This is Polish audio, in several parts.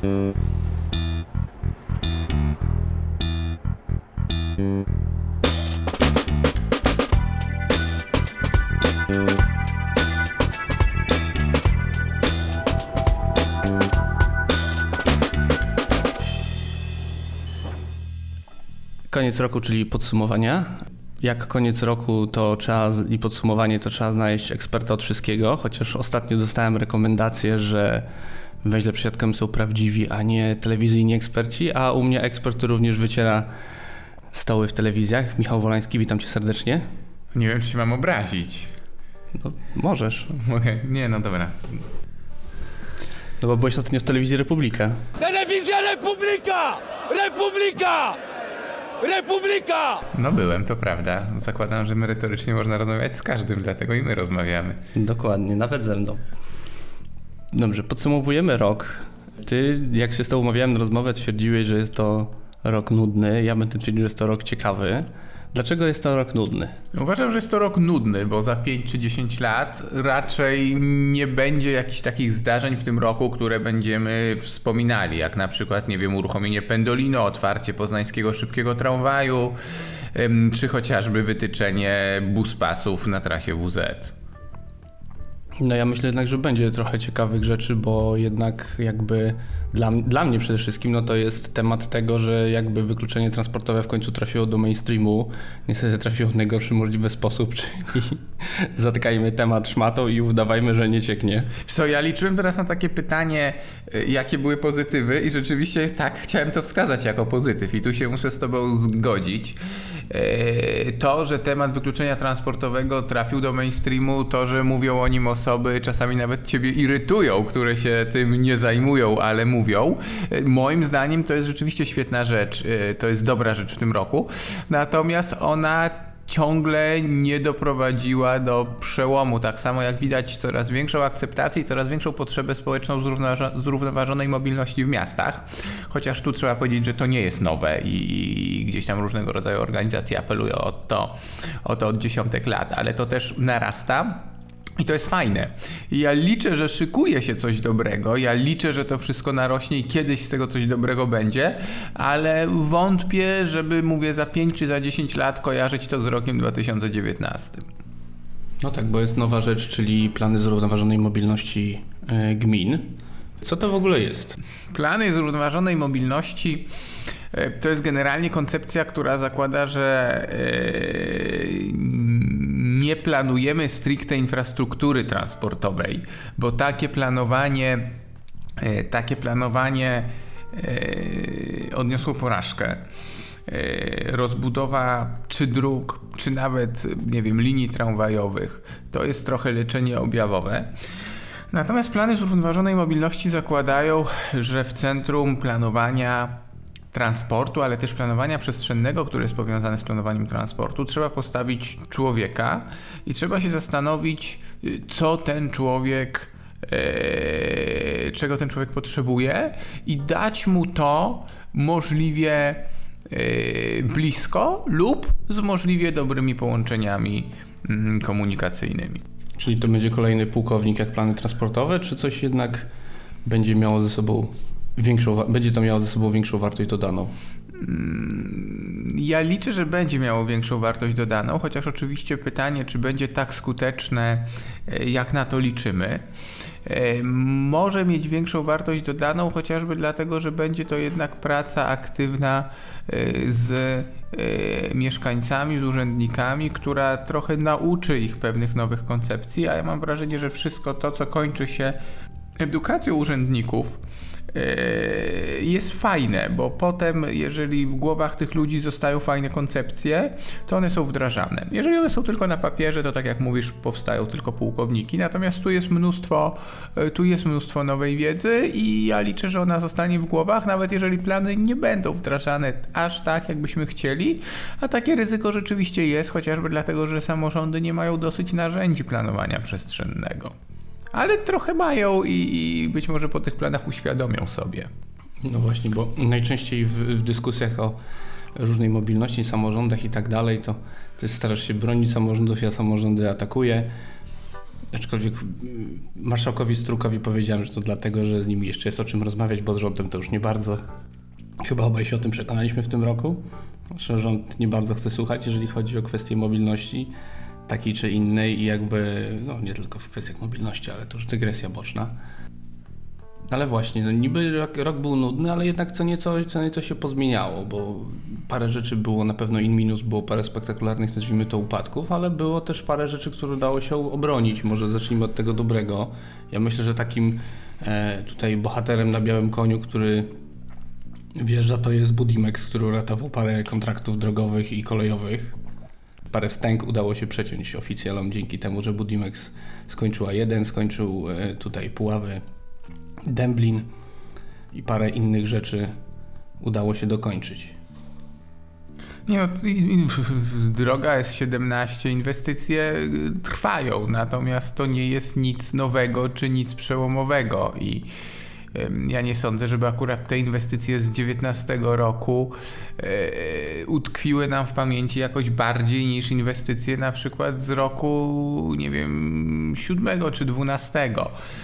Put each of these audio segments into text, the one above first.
Koniec roku, czyli podsumowania. Jak koniec roku i podsumowanie, to trzeba znaleźć eksperta od wszystkiego, chociaż ostatnio dostałem rekomendację, że Weźle Przysiadkami są prawdziwi, a nie telewizyjni eksperci, a u mnie ekspert, który również wyciera stoły w telewizjach. Michał Wolański, witam cię serdecznie. Nie wiem, czy się mam obrazić. No, możesz. Mogę? Nie, no dobra. No bo byłeś ostatnio w telewizji Republika. Telewizja Republika! Republika! Republika! No byłem, to prawda. Zakładam, że merytorycznie można rozmawiać z każdym, dlatego i my rozmawiamy. Dokładnie, nawet ze mną. Dobrze, podsumowujemy rok. Ty, jak się z tobą umawiałem na rozmowę, twierdziłeś, że jest to rok nudny. Ja będę twierdził, że jest to rok ciekawy. Dlaczego jest to rok nudny? Uważam, że jest to rok nudny, bo za 5 czy 10 lat raczej nie będzie jakichś takich zdarzeń w tym roku, które będziemy wspominali, jak na przykład, nie wiem, uruchomienie Pendolino, otwarcie poznańskiego szybkiego tramwaju, czy chociażby wytyczenie buspasów na trasie WZ. No ja myślę jednak, że będzie trochę ciekawych rzeczy, bo jednak jakby dla mnie przede wszystkim no to jest temat tego, że jakby wykluczenie transportowe w końcu trafiło do mainstreamu. Niestety trafiło w najgorszy możliwy sposób, czyli zatkajmy temat szmatą i udawajmy, że nie cieknie. Co, ja liczyłem teraz na takie pytanie, jakie były pozytywy i rzeczywiście tak, chciałem to wskazać jako pozytyw i tu się muszę z tobą zgodzić. To, że temat wykluczenia transportowego trafił do mainstreamu, to, że mówią o nim osoby, czasami nawet ciebie irytują, które się tym nie zajmują, ale mówią. Moim zdaniem to jest rzeczywiście świetna rzecz, to jest dobra rzecz w tym roku. Natomiast ona ciągle nie doprowadziła do przełomu. Tak samo jak widać coraz większą akceptację i coraz większą potrzebę społeczną zrównoważonej mobilności w miastach. Chociaż tu trzeba powiedzieć, że to nie jest nowe i gdzieś tam różnego rodzaju organizacje apelują o to od dziesiątek lat, ale to też narasta. I to jest fajne. I ja liczę, że szykuje się coś dobrego, ja liczę, że to wszystko narośnie i kiedyś z tego coś dobrego będzie, ale wątpię, żeby, mówię, za 5 czy za 10 lat kojarzyć to z rokiem 2019. No tak, bo jest nowa rzecz, czyli plany zrównoważonej mobilności gmin. Co to w ogóle jest? Plany zrównoważonej mobilności to jest generalnie koncepcja, która zakłada, że nie planujemy stricte infrastruktury transportowej, bo takie planowanie odniosło porażkę. Rozbudowa czy dróg, czy nawet, nie wiem, linii tramwajowych, to jest trochę leczenie objawowe. Natomiast plany zrównoważonej mobilności zakładają, że w centrum planowania transportu, ale też planowania przestrzennego, które jest powiązane z planowaniem transportu, trzeba postawić człowieka i trzeba się zastanowić, czego ten człowiek potrzebuje i dać mu to możliwie blisko lub z możliwie dobrymi połączeniami komunikacyjnymi. Czyli to będzie kolejny pułkownik jak plany transportowe, czy coś jednak będzie miało ze sobą większą wartość dodaną? Ja liczę, że będzie miało większą wartość dodaną, chociaż oczywiście pytanie, czy będzie tak skuteczne, jak na to liczymy. Może mieć większą wartość dodaną, chociażby dlatego, że będzie to jednak praca aktywna z mieszkańcami, z urzędnikami, która trochę nauczy ich pewnych nowych koncepcji, a ja mam wrażenie, że wszystko to, co kończy się edukacją urzędników, jest fajne, bo potem, jeżeli w głowach tych ludzi zostają fajne koncepcje, to one są wdrażane. Jeżeli one są tylko na papierze, to tak jak mówisz, powstają tylko pułkowniki, natomiast tu jest mnóstwo nowej wiedzy i ja liczę, że ona zostanie w głowach, nawet jeżeli plany nie będą wdrażane aż tak, jakbyśmy chcieli, a takie ryzyko rzeczywiście jest, chociażby dlatego, że samorządy nie mają dosyć narzędzi planowania przestrzennego. Ale trochę mają i być może po tych planach uświadomią sobie. No właśnie, bo najczęściej w dyskusjach o różnej mobilności, samorządach i tak dalej, to ty starasz się bronić samorządów, ja samorządy atakuję. Aczkolwiek marszałkowi Strukowi powiedziałem, że to dlatego, że z nimi jeszcze jest o czym rozmawiać, bo z rządem to już nie bardzo. Chyba obaj się o tym przekonaliśmy w tym roku, że rząd nie bardzo chce słuchać, jeżeli chodzi o kwestie mobilności takiej czy innej i jakby, no nie tylko w kwestiach mobilności, ale to już dygresja boczna. Ale właśnie, no niby rok był nudny, ale jednak co nieco się pozmieniało, bo parę rzeczy było na pewno in minus, było parę spektakularnych, nazwijmy to, upadków, ale było też parę rzeczy, które dało się obronić. Może zacznijmy od tego dobrego. Ja myślę, że takim tutaj bohaterem na białym koniu, który wjeżdża, to jest Budimex, który uratował parę kontraktów drogowych i kolejowych. Parę wstęg udało się przeciąć oficjalom dzięki temu, że Budimex skończył A1, skończył tutaj Puławy, Dęblin i parę innych rzeczy udało się dokończyć. Nie no, droga S17, inwestycje trwają, natomiast to nie jest nic nowego czy nic przełomowego i ja nie sądzę, żeby akurat te inwestycje z 2019 roku utkwiły nam w pamięci jakoś bardziej niż inwestycje na przykład z roku, nie wiem, 7 czy 12.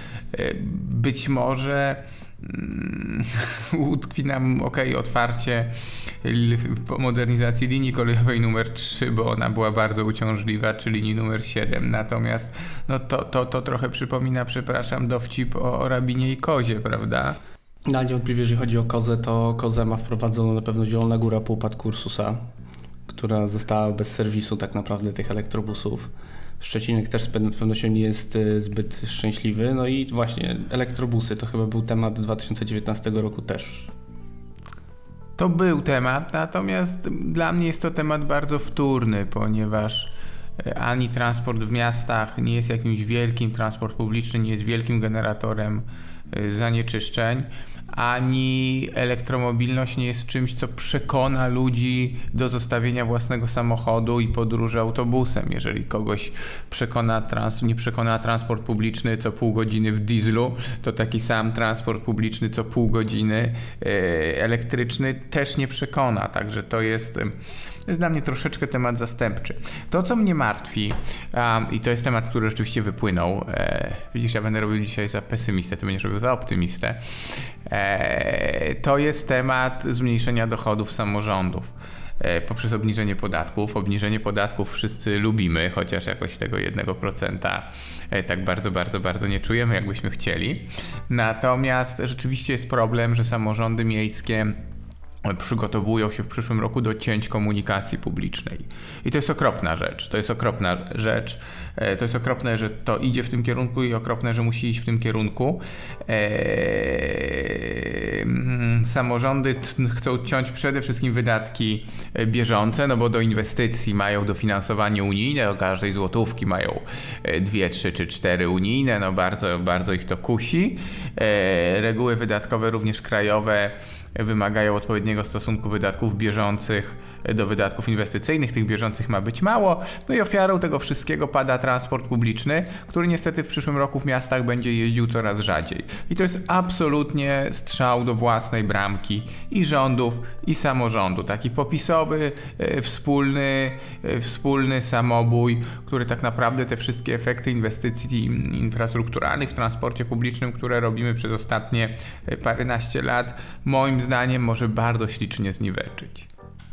Być może utkwi nam otwarcie po modernizacji linii kolejowej numer 3, bo ona była bardzo uciążliwa, czy linii numer 7. Natomiast no to trochę przypomina, przepraszam, dowcip o Rabinie i Kozie, prawda? No ale niewątpliwie, jeżeli chodzi o Kozę, to Kozę ma wprowadzoną na pewno Zielona Góra po upadku Ursusa, która została bez serwisu tak naprawdę tych elektrobusów. Szczecinek też z pewnością nie jest zbyt szczęśliwy. No i właśnie elektrobusy to chyba był temat 2019 roku też. To był temat, natomiast dla mnie jest to temat bardzo wtórny, ponieważ ani transport w miastach nie jest jakimś wielkim, transport publiczny nie jest wielkim generatorem zanieczyszczeń, ani elektromobilność nie jest czymś, co przekona ludzi do zostawienia własnego samochodu i podróży autobusem. Jeżeli kogoś nie przekona transport publiczny co pół godziny w dieslu, to taki sam transport publiczny co pół godziny elektryczny też nie przekona. Także to jest dla mnie troszeczkę temat zastępczy. To, co mnie martwi, i to jest temat, który rzeczywiście wypłynął, widzisz, ja będę robił dzisiaj za pesymistę, ty będziesz robił za optymistę, to jest temat zmniejszenia dochodów samorządów poprzez obniżenie podatków. Obniżenie podatków wszyscy lubimy, chociaż jakoś tego 1% tak bardzo nie czujemy, jakbyśmy chcieli. Natomiast rzeczywiście jest problem, że samorządy miejskie przygotowują się w przyszłym roku do cięć komunikacji publicznej. I to jest okropna rzecz. To jest okropne, że to idzie w tym kierunku i okropne, że musi iść w tym kierunku. Samorządy chcą ciąć przede wszystkim wydatki bieżące, no bo do inwestycji mają dofinansowanie unijne, do każdej złotówki mają 2, 3 czy 4 unijne, no bardzo ich to kusi. Reguły wydatkowe, również krajowe, wymagają odpowiedniego stosunku wydatków bieżących do wydatków inwestycyjnych. Tych bieżących ma być mało. No i ofiarą tego wszystkiego pada transport publiczny, który niestety w przyszłym roku w miastach będzie jeździł coraz rzadziej. I to jest absolutnie strzał do własnej bramki i rządów, i samorządu. Taki popisowy, wspólny samobój, który tak naprawdę te wszystkie efekty inwestycji infrastrukturalnych w transporcie publicznym, które robimy przez ostatnie paręnaście lat, moim zdaniem może bardzo ślicznie zniweczyć.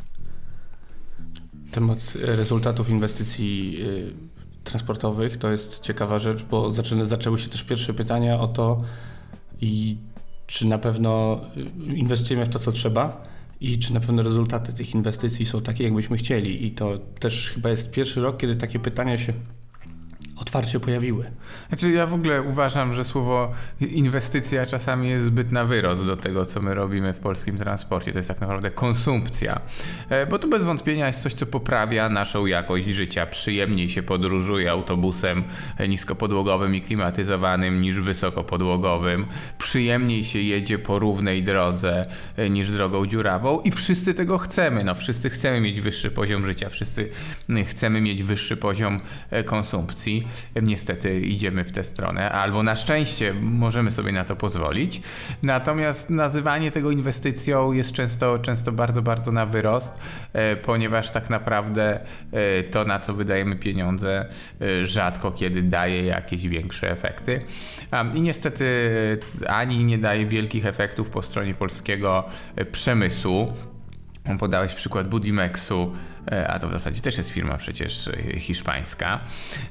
Temat rezultatów inwestycji transportowych to jest ciekawa rzecz, bo zaczęły się też pierwsze pytania o to, czy na pewno inwestujemy w to, co trzeba i czy na pewno rezultaty tych inwestycji są takie, jakbyśmy chcieli. I to też chyba jest pierwszy rok, kiedy takie pytania się otwarcie pojawiły. Znaczy ja w ogóle uważam, że słowo inwestycja czasami jest zbyt na wyrost do tego, co my robimy w polskim transporcie. To jest tak naprawdę konsumpcja. Bo to bez wątpienia jest coś, co poprawia naszą jakość życia. Przyjemniej się podróżuje autobusem niskopodłogowym i klimatyzowanym niż wysokopodłogowym. Przyjemniej się jedzie po równej drodze niż drogą dziurawą i wszyscy tego chcemy. No, wszyscy chcemy mieć wyższy poziom życia. Wszyscy chcemy mieć wyższy poziom konsumpcji. niestety idziemy w tę stronę, albo na szczęście możemy sobie na to pozwolić. Natomiast nazywanie tego inwestycją jest często bardzo, bardzo na wyrost, ponieważ tak naprawdę to, na co wydajemy pieniądze, rzadko kiedy daje jakieś większe efekty. I niestety ani nie daje wielkich efektów po stronie polskiego przemysłu. Podałeś przykład Budimexu, a to w zasadzie też jest firma przecież hiszpańska.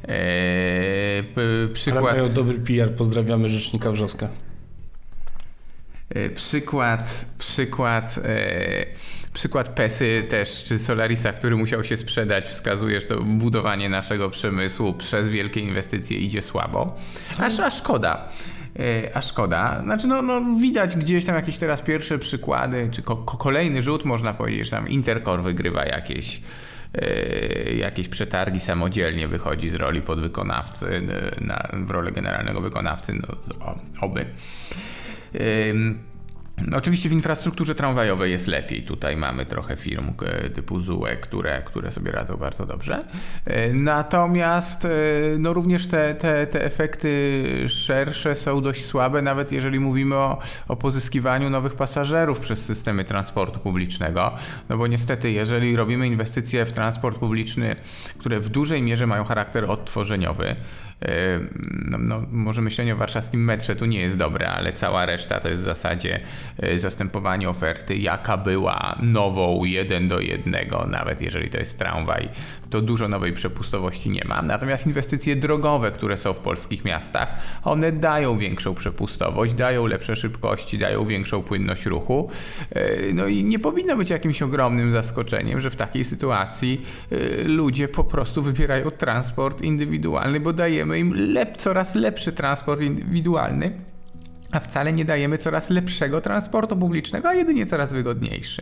Ale mają dobry PR, pozdrawiamy rzecznika Wrzoska. Przykład Pesy też, czy Solarisa, który musiał się sprzedać, wskazuje, że to budowanie naszego przemysłu przez wielkie inwestycje idzie słabo. A szkoda. Znaczy widać gdzieś tam jakieś teraz pierwsze przykłady, czy kolejny rzut, można powiedzieć, że tam Intercore wygrywa jakieś przetargi samodzielnie, wychodzi z roli podwykonawcy w rolę generalnego wykonawcy, oby. Oczywiście w infrastrukturze tramwajowej jest lepiej. Tutaj mamy trochę firm typu ZUE, które sobie radzą bardzo dobrze. Natomiast również te efekty szersze są dość słabe, nawet jeżeli mówimy o pozyskiwaniu nowych pasażerów przez systemy transportu publicznego. No bo niestety, jeżeli robimy inwestycje w transport publiczny, które w dużej mierze mają charakter odtworzeniowy, może myślenie o warszawskim metrze tu nie jest dobre, ale cała reszta to jest w zasadzie zastępowanie oferty, jaka była nową 1:1, nawet jeżeli to jest tramwaj, to dużo nowej przepustowości nie ma. Natomiast inwestycje drogowe, które są w polskich miastach, one dają większą przepustowość, dają lepsze szybkości, dają większą płynność ruchu. I nie powinno być jakimś ogromnym zaskoczeniem, że w takiej sytuacji ludzie po prostu wybierają transport indywidualny, bo dajemy im coraz lepszy transport indywidualny, a wcale nie dajemy coraz lepszego transportu publicznego, a jedynie coraz wygodniejszy.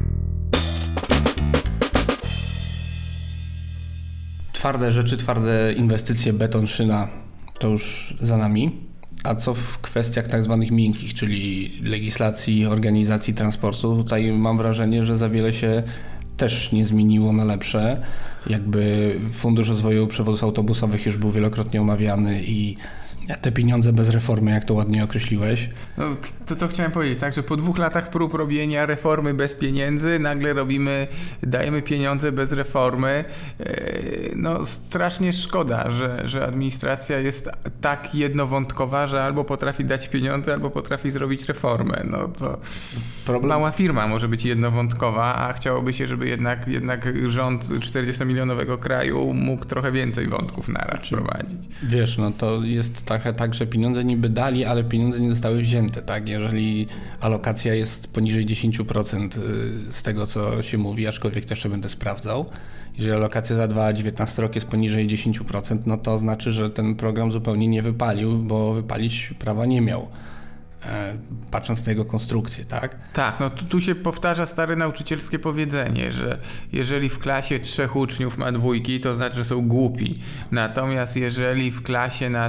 Twarde rzeczy, twarde inwestycje, beton, szyna to już za nami. A co w kwestiach tak zwanych miękkich, czyli legislacji, organizacji transportu? Tutaj mam wrażenie, że za wiele się też nie zmieniło na lepsze. Jakby Fundusz Rozwoju Przewozów Autobusowych już był wielokrotnie omawiany i te pieniądze bez reformy, jak to ładnie określiłeś. To chciałem powiedzieć, tak, że po 2 latach prób robienia reformy bez pieniędzy, nagle dajemy pieniądze bez reformy. Strasznie szkoda, że administracja jest tak jednowątkowa, że albo potrafi dać pieniądze, albo potrafi zrobić reformę. Mała firma może być jednowątkowa, a chciałoby się, żeby jednak rząd 40-milionowego kraju mógł trochę więcej wątków naraz prowadzić. Wiesz, to jest trochę tak, że pieniądze niby dali, ale pieniądze nie zostały wzięte, tak? Jeżeli alokacja jest poniżej 10% z tego, co się mówi, aczkolwiek też będę sprawdzał, jeżeli alokacja za 2019 rok jest poniżej 10%, to znaczy, że ten program zupełnie nie wypalił, bo wypalić prawa nie miał. Patrząc na jego konstrukcję, tak? Tak, tu się powtarza stare nauczycielskie powiedzenie, że jeżeli w klasie 3 uczniów ma 2, to znaczy, że są głupi. Natomiast jeżeli w klasie na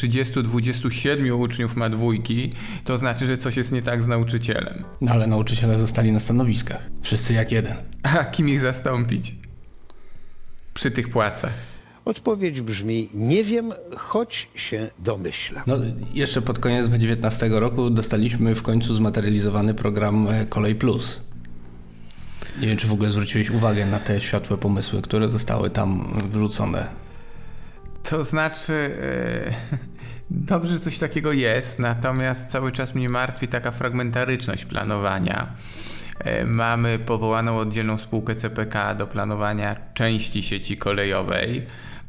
30-27 uczniów ma 2, to znaczy, że coś jest nie tak z nauczycielem. Ale nauczyciele zostali na stanowiskach. Wszyscy jak jeden. A kim ich zastąpić? Przy tych płacach. Odpowiedź brzmi: nie wiem, choć się domyślam. Jeszcze pod koniec 2019 roku dostaliśmy w końcu zmaterializowany program Kolej Plus. Nie wiem, czy w ogóle zwróciłeś uwagę na te światłe pomysły, które zostały tam wrzucone. To znaczy, dobrze, że coś takiego jest, natomiast cały czas mnie martwi taka fragmentaryczność planowania. Mamy powołaną oddzielną spółkę CPK do planowania części sieci kolejowej.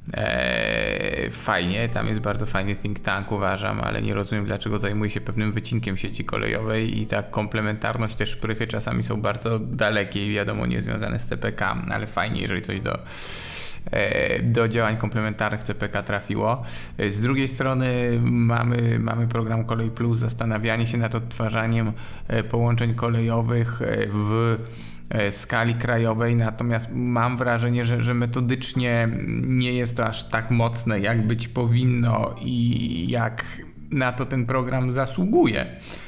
Fajnie, tam jest bardzo fajny think tank, uważam, ale nie rozumiem, dlaczego zajmuje się pewnym wycinkiem sieci kolejowej i ta komplementarność, te szprychy czasami są bardzo dalekie i wiadomo, nie związane z CPK, ale fajnie, jeżeli coś do działań komplementarnych CPK trafiło. Z drugiej strony mamy program Kolej Plus, zastanawianie się nad odtwarzaniem połączeń kolejowych w skali krajowej, natomiast mam wrażenie, że metodycznie nie jest to aż tak mocne, jak być powinno i jak na to ten program zasługuje.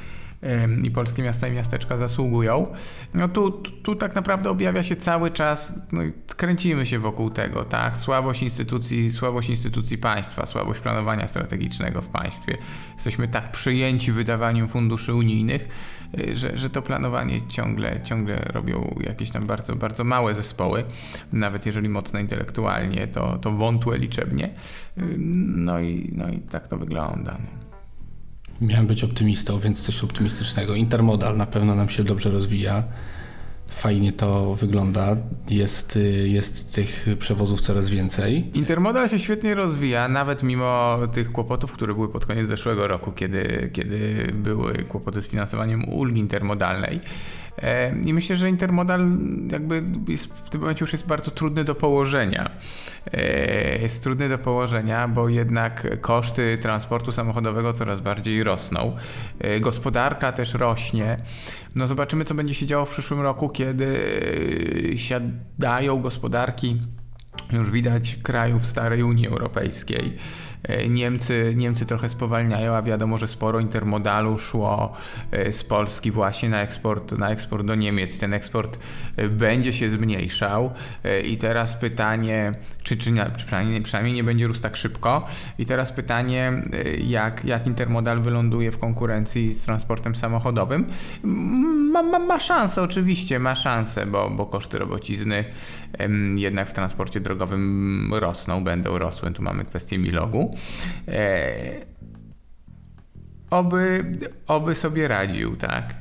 i polskie miasta i miasteczka zasługują. No tu tak naprawdę objawia się cały czas, no kręcimy się wokół tego, tak? Słabość instytucji państwa, słabość planowania strategicznego w państwie. Jesteśmy tak przejęci wydawaniem funduszy unijnych, że to planowanie ciągle robią jakieś tam bardzo, bardzo małe zespoły, nawet jeżeli mocno intelektualnie, to wątłe liczebnie. No i tak to wygląda. Miałem być optymistą, więc coś optymistycznego. Intermodal na pewno nam się dobrze rozwija. Fajnie to wygląda. Jest tych przewozów coraz więcej. Intermodal się świetnie rozwija, nawet mimo tych kłopotów, które były pod koniec zeszłego roku, kiedy były kłopoty z finansowaniem ulgi intermodalnej. I myślę, że intermodal jakby w tym momencie już jest bardzo trudny do położenia. Jest trudny do położenia, bo jednak koszty transportu samochodowego coraz bardziej rosną. Gospodarka też rośnie. No zobaczymy, co będzie się działo w przyszłym roku, kiedy siadają gospodarki, już widać, krajów starej Unii Europejskiej. Niemcy trochę spowalniają, a wiadomo, że sporo intermodalu szło z Polski właśnie na eksport do Niemiec. Ten eksport będzie się zmniejszał i teraz pytanie, czy przynajmniej nie będzie rósł tak szybko. I teraz pytanie, jak intermodal wyląduje w konkurencji z transportem samochodowym. Ma szansę, oczywiście, bo koszty robocizny jednak w transporcie drogowym będą rosły. Tu mamy kwestię milogu. Oby sobie radził, tak?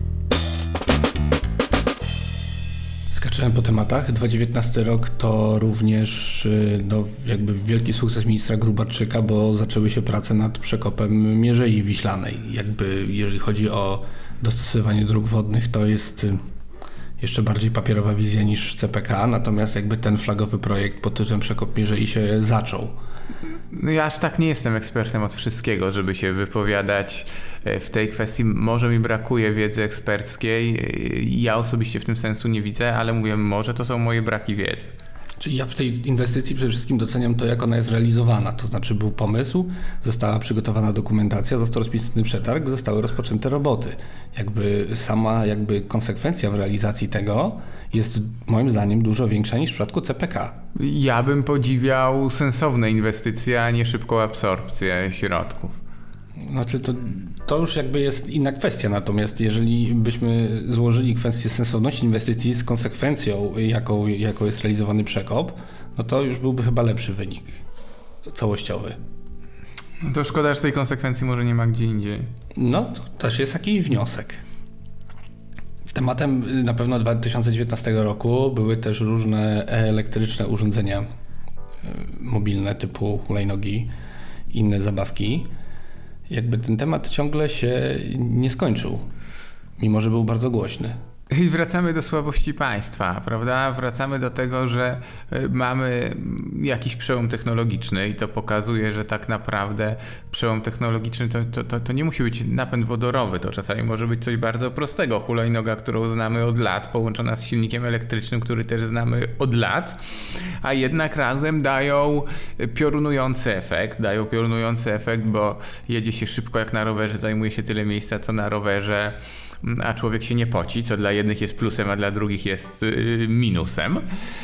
Skaczemy po tematach. 2019 rok to również jakby wielki sukces ministra Gróbarczyka, bo zaczęły się prace nad przekopem Mierzei Wiślanej. Jakby jeżeli chodzi o dostosowanie dróg wodnych, to jest jeszcze bardziej papierowa wizja niż CPK, natomiast jakby ten flagowy projekt pod tytułem Przekop Mierzei się zaczął. No ja aż tak nie jestem ekspertem od wszystkiego, żeby się wypowiadać w tej kwestii. Może mi brakuje wiedzy eksperckiej. Ja osobiście w tym sensu nie widzę, ale mówię, może to są moje braki wiedzy. Czyli ja w tej inwestycji przede wszystkim doceniam to, jak ona jest realizowana. To znaczy był pomysł, została przygotowana dokumentacja, został rozpisany przetarg, zostały rozpoczęte roboty. Sama konsekwencja w realizacji tego jest moim zdaniem dużo większa niż w przypadku CPK. Ja bym podziwiał sensowne inwestycje, a nie szybką absorpcję środków. Znaczy to już jakby jest inna kwestia, natomiast jeżeli byśmy złożyli kwestię sensowności inwestycji z konsekwencją, jaką jest realizowany przekop, no to już byłby chyba lepszy wynik całościowy. To szkoda, że tej konsekwencji może nie ma gdzie indziej. No, to też jest jakiś wniosek. Tematem na pewno 2019 roku były też różne elektryczne urządzenia mobilne typu hulajnogi, inne zabawki. Jakby ten temat ciągle się nie skończył, mimo że był bardzo głośny. I wracamy do słabości państwa, prawda? Wracamy do tego, że mamy jakiś przełom technologiczny i to pokazuje, że tak naprawdę przełom technologiczny to nie musi być napęd wodorowy, to czasami może być coś bardzo prostego. Hulajnoga, którą znamy od lat, połączona z silnikiem elektrycznym, który też znamy od lat, a jednak razem dają piorunujący efekt, bo jedzie się szybko jak na rowerze, zajmuje się tyle miejsca co na rowerze, a człowiek się nie poci, co dla jednych jest plusem, a dla drugich jest minusem.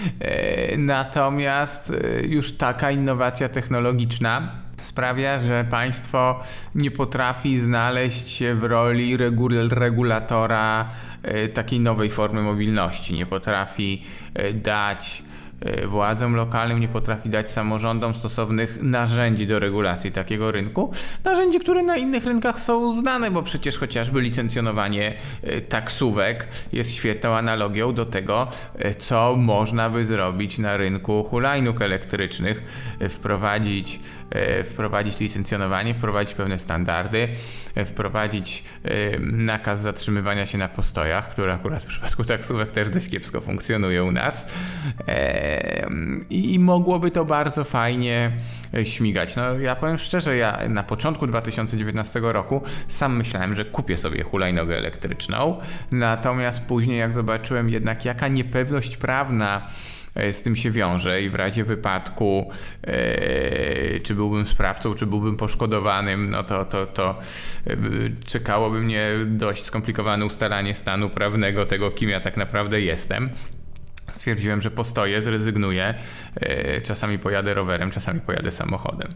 Natomiast już taka innowacja technologiczna sprawia, że państwo nie potrafi znaleźć się w roli regulatora takiej nowej formy mobilności. Nie potrafi dać władzom lokalnym, nie potrafi dać samorządom stosownych narzędzi do regulacji takiego rynku. Narzędzi, które na innych rynkach są znane, bo przecież chociażby licencjonowanie taksówek jest świetną analogią do tego, co można by zrobić na rynku hulajnóg elektrycznych. Wprowadzić licencjonowanie, wprowadzić pewne standardy, wprowadzić nakaz zatrzymywania się na postojach, które akurat w przypadku taksówek też dość kiepsko funkcjonuje u nas. I mogłoby to bardzo fajnie śmigać. No, ja powiem szczerze, ja na początku 2019 roku sam myślałem, że kupię sobie hulajnogę elektryczną, natomiast później jak zobaczyłem jednak jaka niepewność prawna z tym się wiąże i w razie wypadku czy byłbym sprawcą, czy byłbym poszkodowanym, no to czekałoby mnie dość skomplikowane ustalanie stanu prawnego tego, kim ja tak naprawdę jestem. Stwierdziłem, że postoję, zrezygnuję. Czasami pojadę rowerem, czasami pojadę samochodem.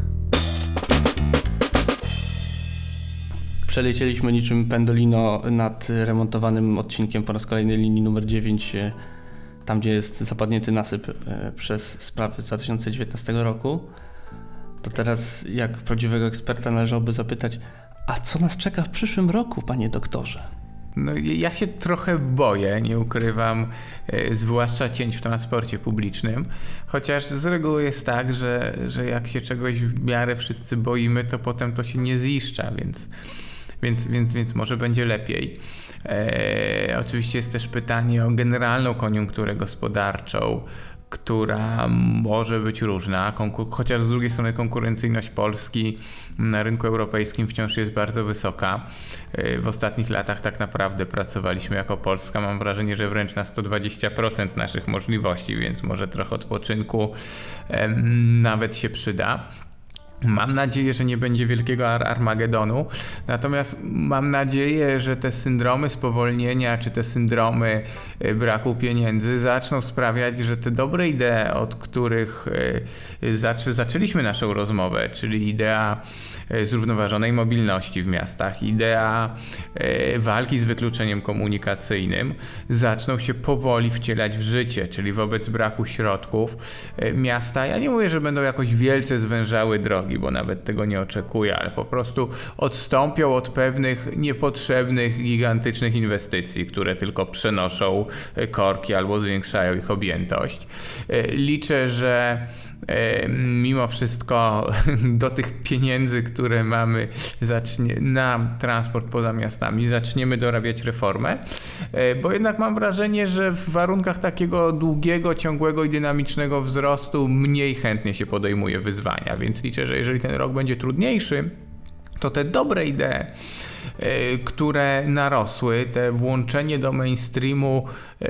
Przelecieliśmy niczym pendolino nad remontowanym odcinkiem po raz kolejny linii numer 9, tam gdzie jest zapadnięty nasyp przez sprawy z 2019 roku. To teraz, jak prawdziwego eksperta, należałoby zapytać, a co nas czeka w przyszłym roku, panie doktorze? No, ja się trochę boję, nie ukrywam, zwłaszcza cięć w transporcie publicznym, chociaż z reguły jest tak, że jak się czegoś w miarę wszyscy boimy, to potem to się nie ziszcza, więc może będzie lepiej. Oczywiście jest też pytanie o generalną koniunkturę gospodarczą, która może być różna, chociaż z drugiej strony konkurencyjność Polski na rynku europejskim wciąż jest bardzo wysoka. W ostatnich latach tak naprawdę pracowaliśmy jako Polska, mam wrażenie, że wręcz na 120% naszych możliwości, więc może trochę odpoczynku nawet się przyda. Mam nadzieję, że nie będzie wielkiego Armagedonu, natomiast mam nadzieję, że te syndromy spowolnienia czy te syndromy braku pieniędzy zaczną sprawiać, że te dobre idee, od których zaczęliśmy naszą rozmowę, czyli idea zrównoważonej mobilności w miastach, idea walki z wykluczeniem komunikacyjnym, zaczną się powoli wcielać w życie, czyli wobec braku środków miasta, ja nie mówię, że będą jakoś wielce zwężały drogi, bo nawet tego nie oczekuję, ale po prostu odstąpią od pewnych niepotrzebnych, gigantycznych inwestycji, które tylko przenoszą korki albo zwiększają ich objętość. Liczę, że mimo wszystko do tych pieniędzy, które mamy na transport poza miastami, zaczniemy dorabiać reformę, bo jednak mam wrażenie, że w warunkach takiego długiego, ciągłego i dynamicznego wzrostu mniej chętnie się podejmuje wyzwania, więc liczę, że jeżeli ten rok będzie trudniejszy, to te dobre idee, które narosły, te włączenie do mainstreamu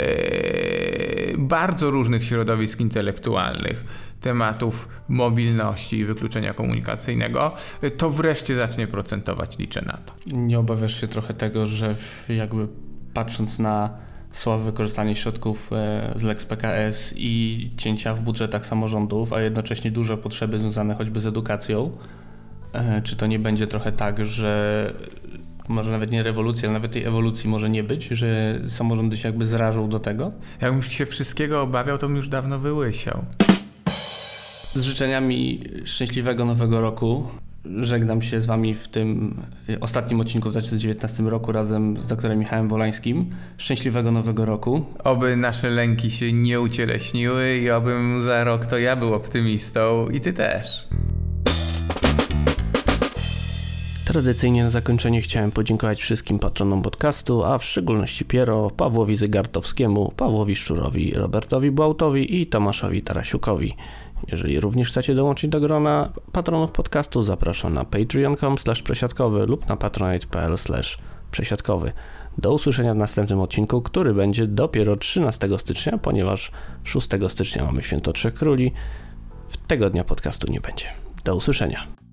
bardzo różnych środowisk intelektualnych, tematów mobilności i wykluczenia komunikacyjnego, to wreszcie zacznie procentować, liczę na to. Nie obawiasz się trochę tego, że jakby patrząc na słabe wykorzystanie środków z Lex PKS i cięcia w budżetach samorządów, a jednocześnie duże potrzeby związane choćby z edukacją, czy to nie będzie trochę tak, że może nawet nie rewolucja, ale nawet tej ewolucji może nie być, że samorządy się jakby zrażą do tego? Jakbym się wszystkiego obawiał, to bym już dawno wyłysiał. Z życzeniami szczęśliwego nowego roku. Żegnam się z wami w tym ostatnim odcinku w 2019 roku razem z doktorem Michałem Wolańskim. Szczęśliwego nowego roku. Oby nasze lęki się nie ucieleśniły i obym za rok to ja był optymistą i ty też. Tradycyjnie na zakończenie chciałem podziękować wszystkim patronom podcastu, a w szczególności Piero, Pawłowi Zygartowskiemu, Pawłowi Szczurowi, Robertowi Błautowi i Tomaszowi Tarasiukowi. Jeżeli również chcecie dołączyć do grona patronów podcastu, zapraszam na patreon.com/przesiadkowy lub na patronite.pl/przesiadkowy. Do usłyszenia w następnym odcinku, który będzie dopiero 13 stycznia, ponieważ 6 stycznia mamy Święto Trzech Króli. Tego dnia podcastu nie będzie. Do usłyszenia.